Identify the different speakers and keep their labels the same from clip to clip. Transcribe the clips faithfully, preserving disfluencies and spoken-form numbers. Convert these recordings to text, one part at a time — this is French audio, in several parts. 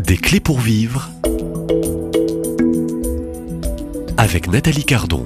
Speaker 1: Des clés pour vivre avec Nathalie Cardon.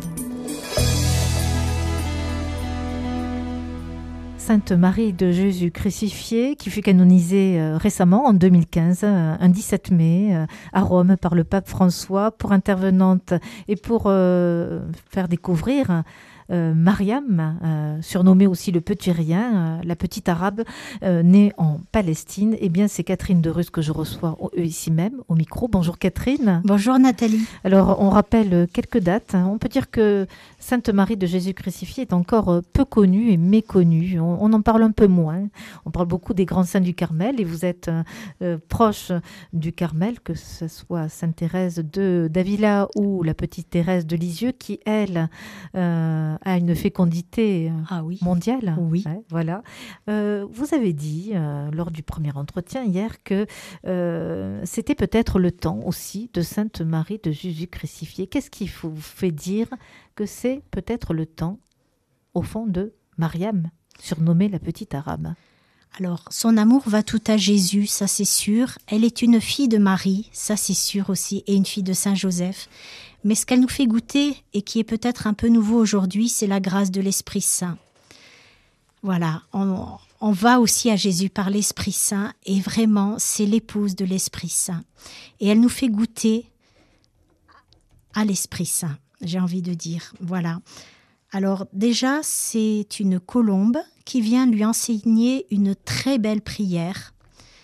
Speaker 2: Sainte Marie de Jésus crucifié, qui fut canonisée euh, récemment, en deux mille quinze, euh, un dix-sept mai, euh, à Rome, par le pape François, pour intervenante et pour euh, faire découvrir euh, Mariam, euh, surnommée aussi le Petit Rien, euh, la petite arabe euh, née en Palestine. Eh bien, c'est Catherine de Rus que je reçois euh, ici même, au micro. Bonjour Catherine.
Speaker 3: Bonjour Nathalie.
Speaker 2: Alors, on rappelle quelques dates. On peut dire que Sainte Marie de Jésus crucifié est encore peu connue et méconnue. On, on en parle un peu moins. On parle beaucoup des grands saints du Carmel et vous êtes euh, proche du Carmel, que ce soit Sainte Thérèse de d'Avila ou la petite Thérèse de Lisieux, qui, elle, euh, a une fécondité
Speaker 3: ah oui.
Speaker 2: mondiale.
Speaker 3: Oui.
Speaker 2: Ouais, voilà. Euh, vous avez dit, euh, lors du premier entretien hier, que euh, c'était peut-être le temps aussi de Sainte Marie de Jésus crucifié. Qu'est-ce qui vous fait dire que c'est peut-être le temps, au fond, de Mariam, surnommée la petite arabe?
Speaker 3: Alors, son amour va tout à Jésus, ça c'est sûr. Elle est une fille de Marie, ça c'est sûr aussi, et une fille de Saint Joseph. Mais ce qu'elle nous fait goûter, et qui est peut-être un peu nouveau aujourd'hui, c'est la grâce de l'Esprit Saint. Voilà, on, on va aussi à Jésus par l'Esprit Saint, et vraiment, c'est l'épouse de l'Esprit Saint. Et elle nous fait goûter à l'Esprit Saint, j'ai envie de dire, voilà. Alors déjà, c'est une colombe qui vient lui enseigner une très belle prière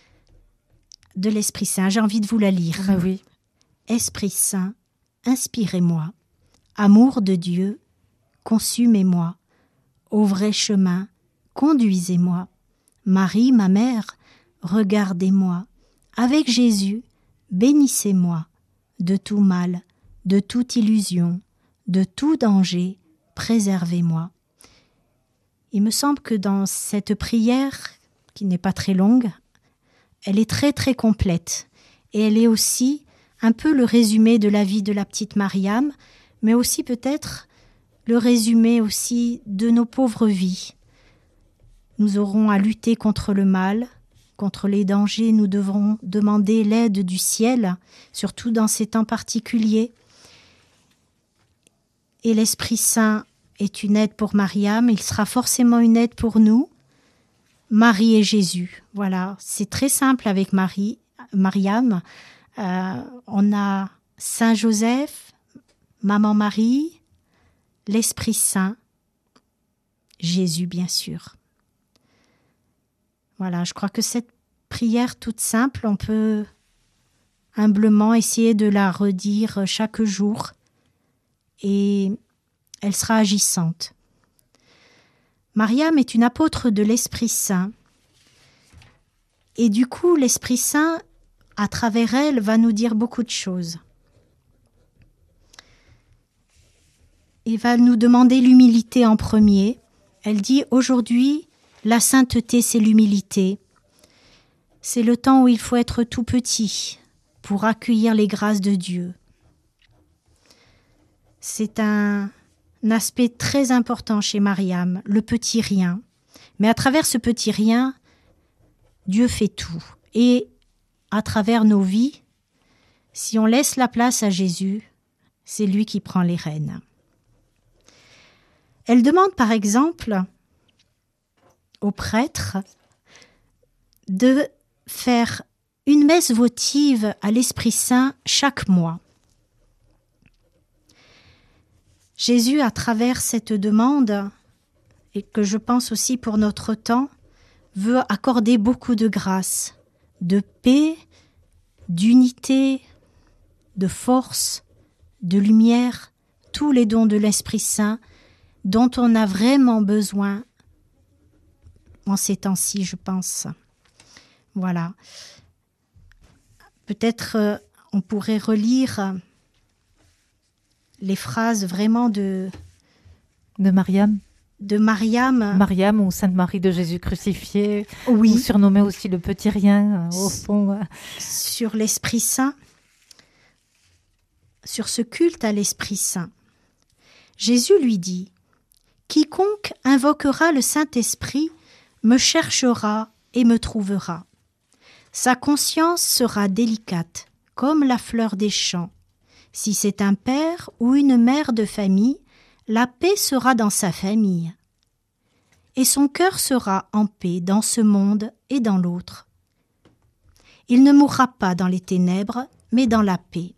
Speaker 3: de l'Esprit Saint. J'ai envie de vous la lire.
Speaker 2: Ah oui.
Speaker 3: Esprit Saint, inspirez-moi. Amour de Dieu, consumez-moi. Au vrai chemin, conduisez-moi. Marie, ma mère, regardez-moi. Avec Jésus, bénissez-moi. De tout mal, de toute illusion, de tout danger, préservez-moi. Il me semble que dans cette prière, qui n'est pas très longue, elle est très très complète. Et elle est aussi un peu le résumé de la vie de la petite Mariam, mais aussi peut-être le résumé aussi de nos pauvres vies. Nous aurons à lutter contre le mal, contre les dangers, nous devrons demander l'aide du ciel, surtout dans ces temps particuliers. Et l'Esprit Saint est une aide pour Mariam, il sera forcément une aide pour nous. Marie et Jésus, voilà, c'est très simple avec Marie, Mariam. Euh, on a Saint Joseph, Maman Marie, l'Esprit Saint, Jésus bien sûr. Voilà, je crois que cette prière toute simple, on peut humblement essayer de la redire chaque jour et elle sera agissante. Mariam est une apôtre de l'Esprit Saint. Et du coup, l'Esprit Saint, à travers elle, va nous dire beaucoup de choses. Il va nous demander l'humilité en premier. Elle dit, aujourd'hui, la sainteté, c'est l'humilité. C'est le temps où il faut être tout petit pour accueillir les grâces de Dieu. C'est un... Un aspect très important chez Mariam, le petit rien. Mais à travers ce petit rien, Dieu fait tout. Et à travers nos vies, si on laisse la place à Jésus, c'est lui qui prend les rênes. Elle demande par exemple aux prêtres de faire une messe votive à l'Esprit Saint chaque mois. Jésus, à travers cette demande, et que je pense aussi pour notre temps, veut accorder beaucoup de grâce, de paix, d'unité, de force, de lumière, tous les dons de l'Esprit Saint dont on a vraiment besoin en ces temps-ci, je pense. Voilà. Peut-être euh, on pourrait relire les phrases vraiment de...
Speaker 2: De Mariam.
Speaker 3: De Mariam.
Speaker 2: Mariam ou Sainte Marie de Jésus crucifié.
Speaker 3: Oui.
Speaker 2: Ou surnommée aussi le Petit Rien, au fond.
Speaker 3: Sur l'Esprit Saint. Sur ce culte à l'Esprit Saint. Jésus lui dit, « Quiconque invoquera le Saint-Esprit me cherchera et me trouvera. Sa conscience sera délicate, comme la fleur des champs. Si c'est un père ou une mère de famille, la paix sera dans sa famille. Et son cœur sera en paix dans ce monde et dans l'autre. Il ne mourra pas dans les ténèbres, mais dans la paix.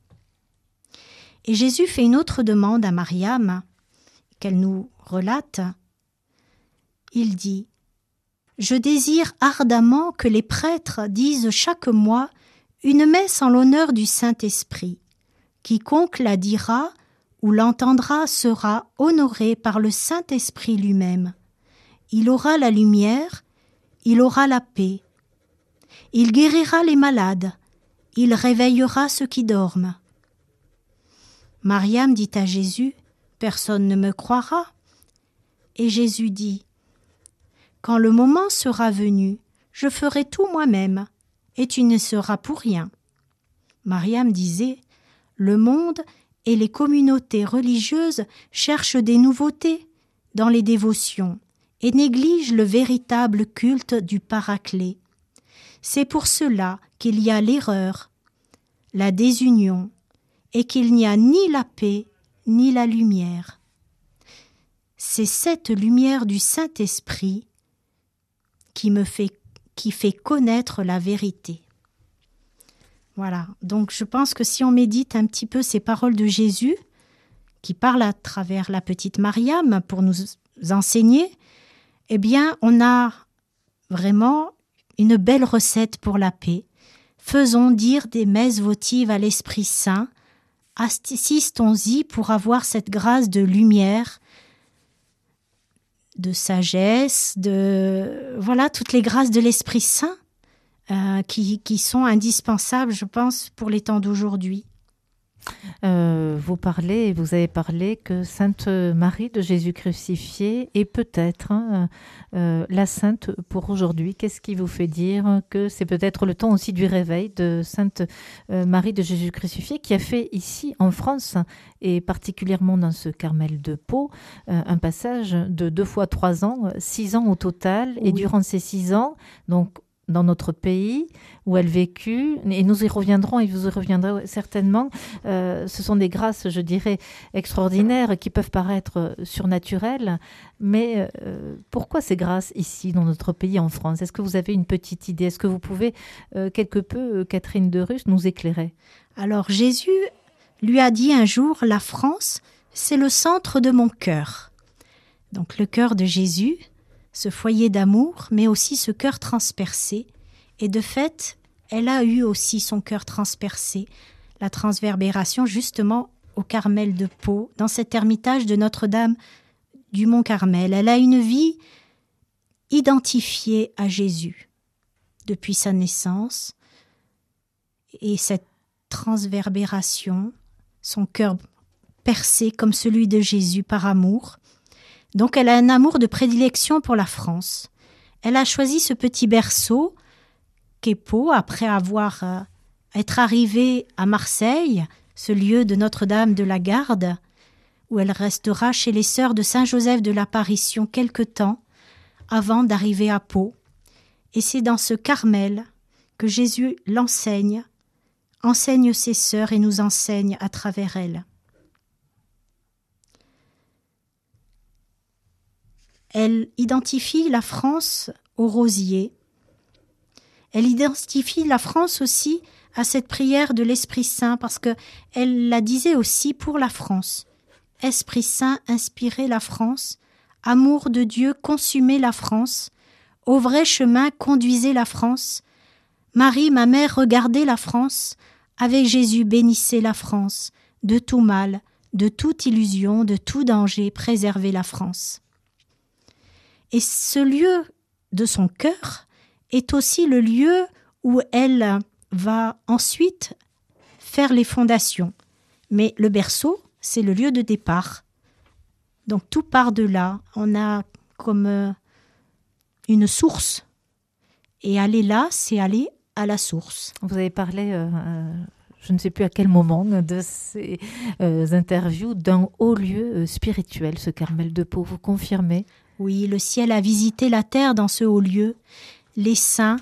Speaker 3: Et Jésus fait une autre demande à Mariam, qu'elle nous relate. Il dit « Je désire ardemment que les prêtres disent chaque mois une messe en l'honneur du Saint-Esprit. Quiconque la dira ou l'entendra sera honoré par le Saint-Esprit lui-même. Il aura la lumière, il aura la paix. Il guérira les malades, il réveillera ceux qui dorment. » Mariam dit à Jésus « Personne ne me croira. » Et Jésus dit « Quand le moment sera venu, je ferai tout moi-même, et tu ne seras pour rien. » Mariam disait « Le monde et les communautés religieuses cherchent des nouveautés dans les dévotions et négligent le véritable culte du Paraclet. C'est pour cela qu'il y a l'erreur, la désunion, et qu'il n'y a ni la paix ni la lumière. C'est cette lumière du Saint-Esprit qui me fait, qui fait connaître la vérité. » Voilà, donc je pense que si on médite un petit peu ces paroles de Jésus, qui parle à travers la petite Mariam pour nous enseigner, eh bien, on a vraiment une belle recette pour la paix. Faisons dire des messes votives à l'Esprit Saint, assistons-y pour avoir cette grâce de lumière, de sagesse, de voilà toutes les grâces de l'Esprit Saint euh, qui, qui sont indispensables, je pense, pour les temps d'aujourd'hui.
Speaker 2: Euh, vous parlez, vous avez parlé que Sainte Marie de Jésus crucifié est peut-être hein, euh, la sainte pour aujourd'hui. Qu'est-ce qui vous fait dire que c'est peut-être le temps aussi du réveil de Sainte euh, Marie de Jésus crucifié qui a fait ici en France et particulièrement dans ce Carmel de Pau euh, un passage de deux fois trois ans, six ans au total, et oui. Durant ces six ans, donc dans notre pays où elle vécut, et nous y reviendrons et vous y reviendrez certainement, euh, ce sont des grâces, je dirais, extraordinaires qui peuvent paraître surnaturelles, mais euh, pourquoi ces grâces ici, dans notre pays, en France? Est-ce que vous avez une petite idée? Est-ce que vous pouvez, euh, quelque peu, euh, Catherine de Rus, nous éclairer?
Speaker 3: Alors Jésus lui a dit un jour, la France, c'est le centre de mon cœur. Donc le cœur de Jésus, ce foyer d'amour, mais aussi ce cœur transpercé. Et de fait, elle a eu aussi son cœur transpercé, la transverbération justement au Carmel de Pau, dans cet ermitage de Notre-Dame du Mont-Carmel. Elle a une vie identifiée à Jésus depuis sa naissance. Et cette transverbération, son cœur percé comme celui de Jésus par amour. Donc elle a un amour de prédilection pour la France. Elle a choisi ce petit berceau qu'est Pau après avoir euh, être arrivée à Marseille, ce lieu de Notre-Dame de la Garde, où elle restera chez les sœurs de Saint-Joseph de l'Apparition quelque temps avant d'arriver à Pau. Et c'est dans ce Carmel que Jésus l'enseigne, enseigne ses sœurs et nous enseigne à travers elles. Elle identifie la France au rosier. Elle identifie la France aussi à cette prière de l'Esprit Saint parce qu'elle la disait aussi pour la France. Esprit Saint, inspirez la France. Amour de Dieu, consumez la France. Au vrai chemin, conduisez la France. Marie, ma mère, regardez la France. Avec Jésus, bénissez la France. De tout mal, de toute illusion, de tout danger, préservez la France. Et ce lieu de son cœur est aussi le lieu où elle va ensuite faire les fondations. Mais le berceau, c'est le lieu de départ. Donc tout part de là. On a comme une source. Et aller là, c'est aller à la source.
Speaker 2: Vous avez parlé, euh, euh, je ne sais plus à quel moment, de ces euh, interviews d'un haut lieu euh, spirituel, ce Carmel de Pau. Vous confirmez ?
Speaker 3: Oui, le ciel a visité la terre dans ce haut lieu. Les saints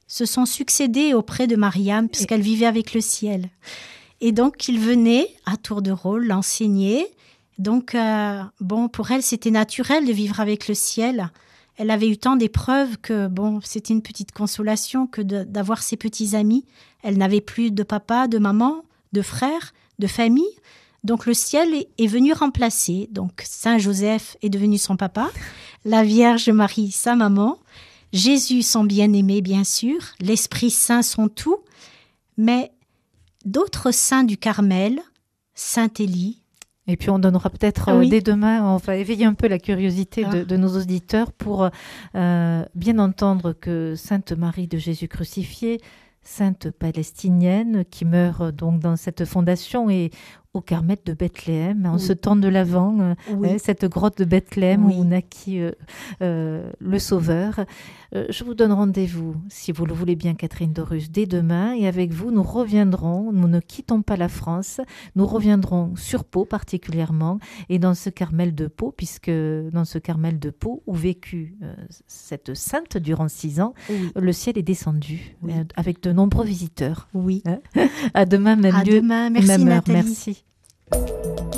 Speaker 3: se sont succédés auprès de Mariam, puisqu'elle vivait avec le ciel. Et donc, ils venaient, à tour de rôle, l'enseigner. Donc, euh, bon, pour elle, c'était naturel de vivre avec le ciel. Elle avait eu tant d'épreuves que, bon, c'était une petite consolation que de, d'avoir ses petits amis. Elle n'avait plus de papa, de maman, de frères, de famille. Donc, le ciel est, est venu remplacer. Donc, Saint Joseph est devenu son papa, la Vierge Marie, sa maman, Jésus, son bien-aimé, bien sûr, l'Esprit Saint, son tout, mais d'autres saints du Carmel, Saint Élie.
Speaker 2: Et puis on donnera peut-être
Speaker 3: Ah oui.
Speaker 2: euh, dès demain, on va éveiller un peu la curiosité
Speaker 3: Ah.
Speaker 2: de, de nos auditeurs pour euh, bien entendre que Sainte Marie de Jésus crucifié, sainte palestinienne qui meurt donc dans cette fondation et au Carmel de Bethléem, en
Speaker 3: Oui.
Speaker 2: ce temps de l'Avent, euh,
Speaker 3: Oui.
Speaker 2: euh, cette grotte de Bethléem
Speaker 3: Oui.
Speaker 2: où naquit euh, euh, le Sauveur. Euh, je vous donne rendez-vous, si vous le voulez bien, Catherine Dorus, dès demain. Et avec vous, nous reviendrons, nous ne quittons pas la France, nous reviendrons sur Pau particulièrement, et dans ce Carmel de Pau, puisque dans ce Carmel de Pau, où vécut euh, cette sainte durant six ans,
Speaker 3: Oui.
Speaker 2: le ciel est descendu
Speaker 3: Oui.
Speaker 2: euh, avec de nombreux visiteurs.
Speaker 3: Oui.
Speaker 2: À demain, même
Speaker 3: À
Speaker 2: lieu,
Speaker 3: demain. Merci,
Speaker 2: même heure.
Speaker 3: Nathalie.
Speaker 2: Merci.